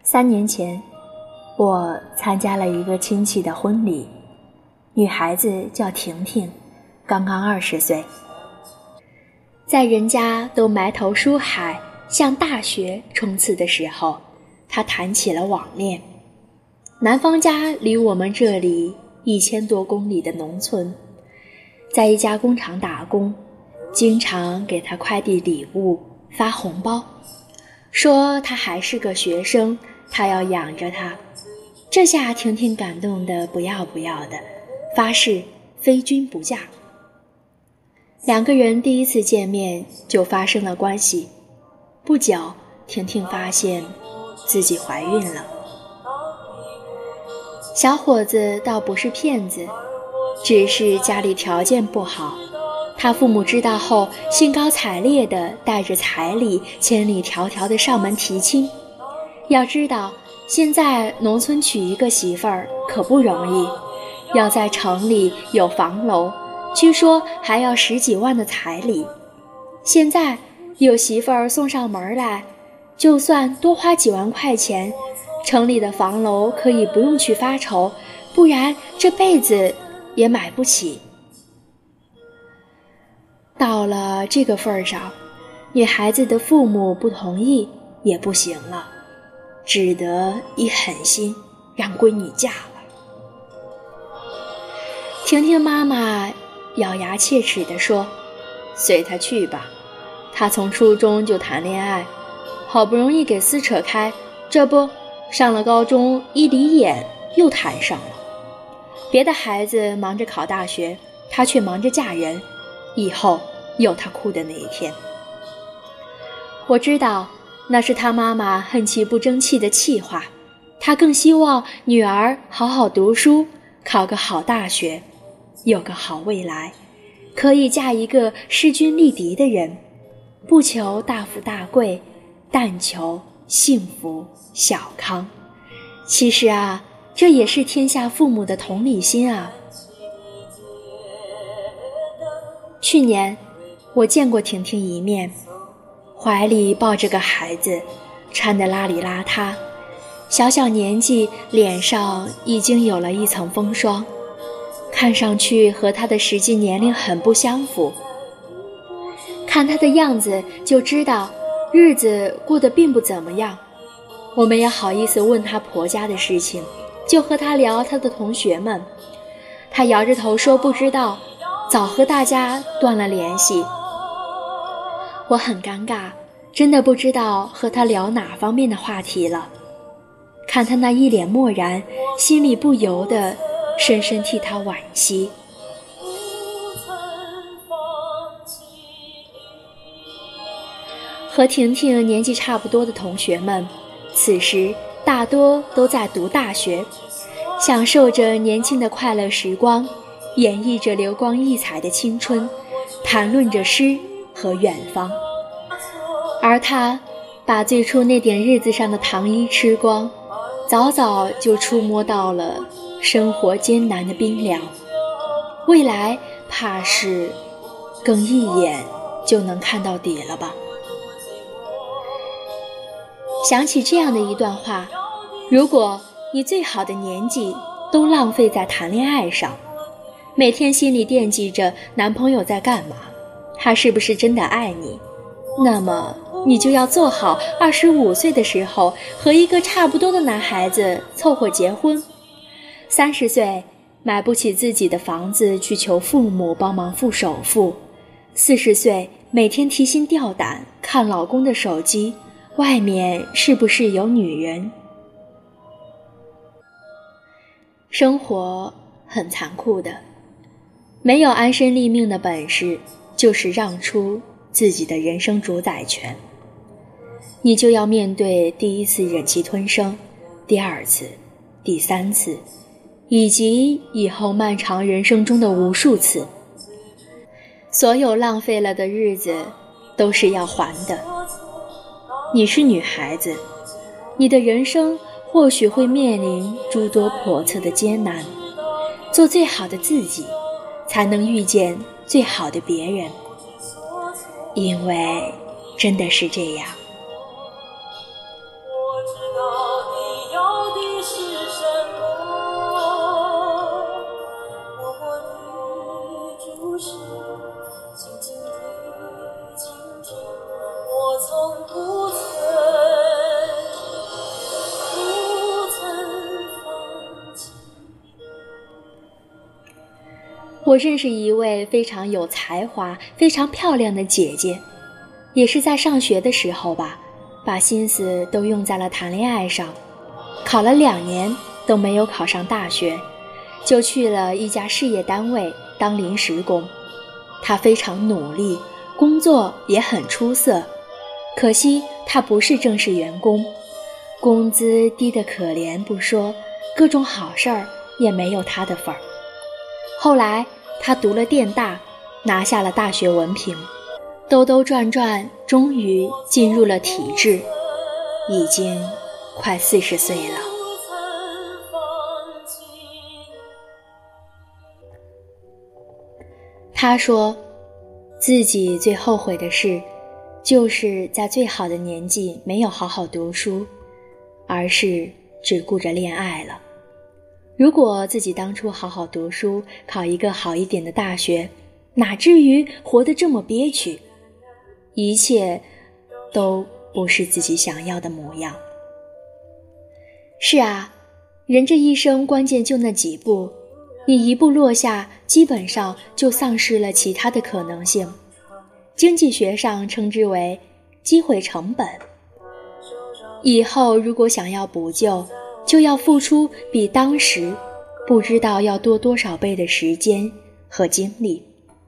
3年前，我参加了一个亲戚的婚礼，女孩子叫婷婷，刚刚20岁。在人家都埋头书海向大学冲刺的时候，她谈起了网恋。男方家离我们这里1000多公里的农村，在一家工厂打工，经常给她快递礼物发红包，说她还是个学生，他要养着她。这下婷婷感动得不要不要的，发誓非君不嫁。2个人第一次见面就发生了关系，不久婷婷发现自己怀孕了。小伙子倒不是骗子，只是家里条件不好，他父母知道后兴高采烈地带着彩礼千里迢迢地上门提亲。要知道现在农村娶一个媳妇儿可不容易，要在城里有房楼，据说还要10几万的彩礼。现在有媳妇儿送上门来，就算多花几万块钱，城里的房楼可以不用去发愁，不然这辈子也买不起。到了这个份上，女孩子的父母不同意也不行了，只得一狠心让闺女嫁了。婷婷妈妈咬牙切齿地说，随她去吧，她从初中就谈恋爱，好不容易给撕扯开，这不上了高中一离眼又谈上了。别的孩子忙着考大学，她却忙着嫁人，以后有她哭的那一天。我知道那是她妈妈恨其不争气的气话，她更希望女儿好好读书，考个好大学，有个好未来，可以嫁一个势均力敌的人，不求大富大贵，但求幸福小康。其实啊，这也是天下父母的同理心啊。去年我见过婷婷一面，怀里抱着个孩子，穿得邋里邋遢，小小年纪脸上已经有了一层风霜，看上去和她的实际年龄很不相符。看她的样子就知道日子过得并不怎么样。我们也好意思问她婆家的事情，就和她聊她的同学们。她摇着头说不知道，早和大家断了联系。我很尴尬，真的不知道和她聊哪方面的话题了。看她那一脸漠然，心里不由得深深替她惋惜。和婷婷年纪差不多的同学们，此时大多都在读大学，享受着年轻的快乐时光，演绎着流光溢彩的青春，谈论着诗和远方。而他把最初那点日子上的糖衣吃光，早早就触摸到了生活艰难的冰凉，未来怕是更一眼就能看到底了吧。想起这样的一段话，如果你最好的年纪都浪费在谈恋爱上，每天心里惦记着男朋友在干嘛，他是不是真的爱你，那么你就要做好25岁的时候和一个差不多的男孩子凑合结婚，30岁买不起自己的房子去求父母帮忙付首付，40岁每天提心吊胆看老公的手机，外面是不是有女人。生活很残酷的，没有安身立命的本事，就是让出自己的人生主宰权。你就要面对第1次忍气吞声，第2次、第3次，以及以后漫长人生中的无数次。所有浪费了的日子都是要还的。你是女孩子，你的人生或许会面临诸多叵测的艰难，做最好的自己，才能遇见最好的别人。因为真的是这样。我知道我认识一位非常有才华、非常漂亮的姐姐，也是在上学的时候吧，把心思都用在了谈恋爱上，考了2年都没有考上大学，就去了一家事业单位当临时工。她非常努力，工作也很出色，可惜她不是正式员工，工资低得可怜不说，各种好事儿也没有她的份儿。后来她读了电大，拿下了大学文凭，兜兜转转终于进入了体制，已经快40岁了。她说自己最后悔的事就是在最好的年纪没有好好读书，而是只顾着恋爱了。如果自己当初好好读书，考一个好一点的大学，哪至于活得这么憋屈，一切都不是自己想要的模样。是啊，人这一生关键就那几步，你一步落下，基本上就丧失了其他的可能性。经济学上称之为机会成本。以后如果想要补救，就要付出比当时不知道要多多少倍的时间和精力。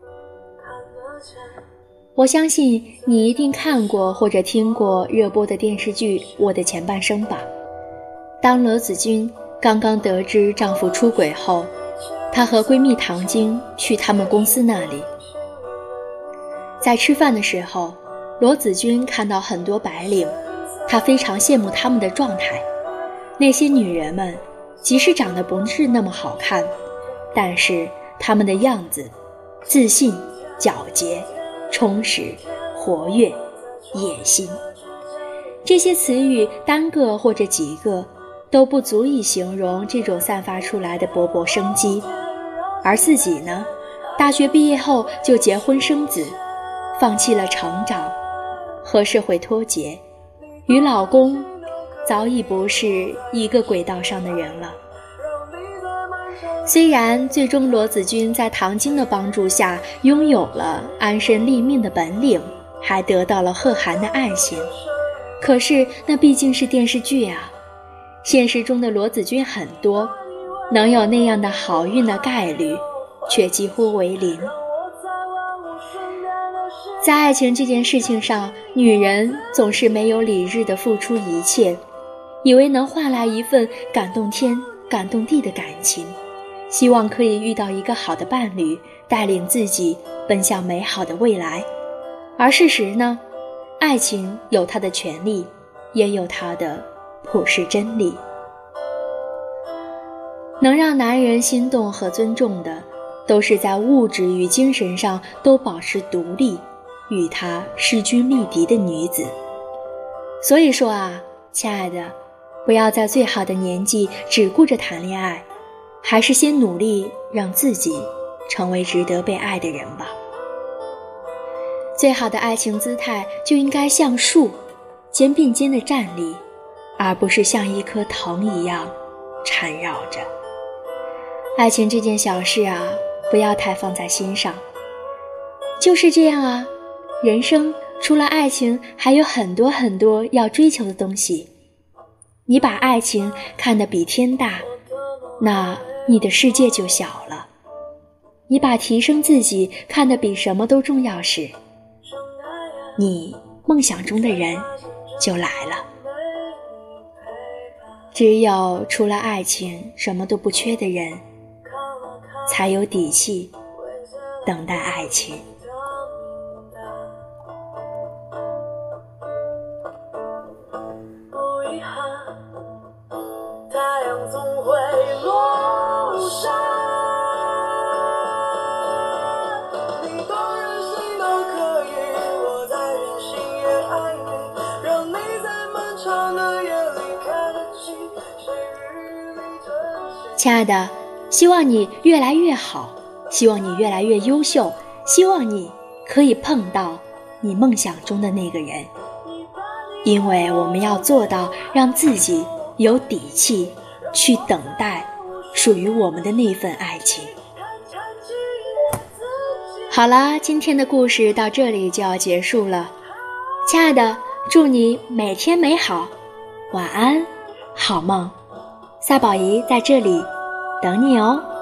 我相信你一定看过或者听过热播的电视剧《我的前半生》吧。当罗子君刚刚得知丈夫出轨后，她和闺蜜唐晶去他们公司那里。在吃饭的时候，罗子君看到很多白领，她非常羡慕他们的状态。那些女人们即使长得不是那么好看，但是她们的样子自信、皎洁、充实、活跃、野心，这些词语单个或者几个都不足以形容这种散发出来的勃勃生机。而自己呢，大学毕业后就结婚生子，放弃了成长，和社会脱节，与老公早已不是一个轨道上的人了。虽然最终罗子君在唐晶的帮助下拥有了安身立命的本领，还得到了贺涵的爱情，可是那毕竟是电视剧啊，现实中的罗子君很多，能有那样的好运的概率却几乎为零。在爱情这件事情上，女人总是没有理智地付出一切，以为能换来一份感动天感动地的感情，希望可以遇到一个好的伴侣，带领自己奔向美好的未来。而事实呢，爱情有它的权利，也有它的普世真理。能让男人心动和尊重的，都是在物质与精神上都保持独立，与他势均力敌的女子。所以说啊，亲爱的，不要在最好的年纪只顾着谈恋爱，还是先努力让自己成为值得被爱的人吧。最好的爱情姿态就应该像树，肩并肩的站立，而不是像一棵藤一样缠绕着。爱情这件小事啊，不要太放在心上。就是这样啊，人生除了爱情还有很多很多要追求的东西。你把爱情看得比天大，那你的世界就小了。你把提升自己看得比什么都重要时，你梦想中的人就来了。只有除了爱情什么都不缺的人，才有底气等待爱情。 不遗憾，太阳总会落山，你多任性都可以，我再任性也爱你，让你在漫长的夜里看得清谁与你真心。 亲爱的，希望你越来越好，希望你越来越优秀，希望你可以碰到你梦想中的那个人。因为我们要做到让自己有底气去等待属于我们的那份爱情。 好啦，今天的故事到这里就要结束了。亲爱的，祝你每天美好，晚安，好梦。萨宝姨在这里等你哦。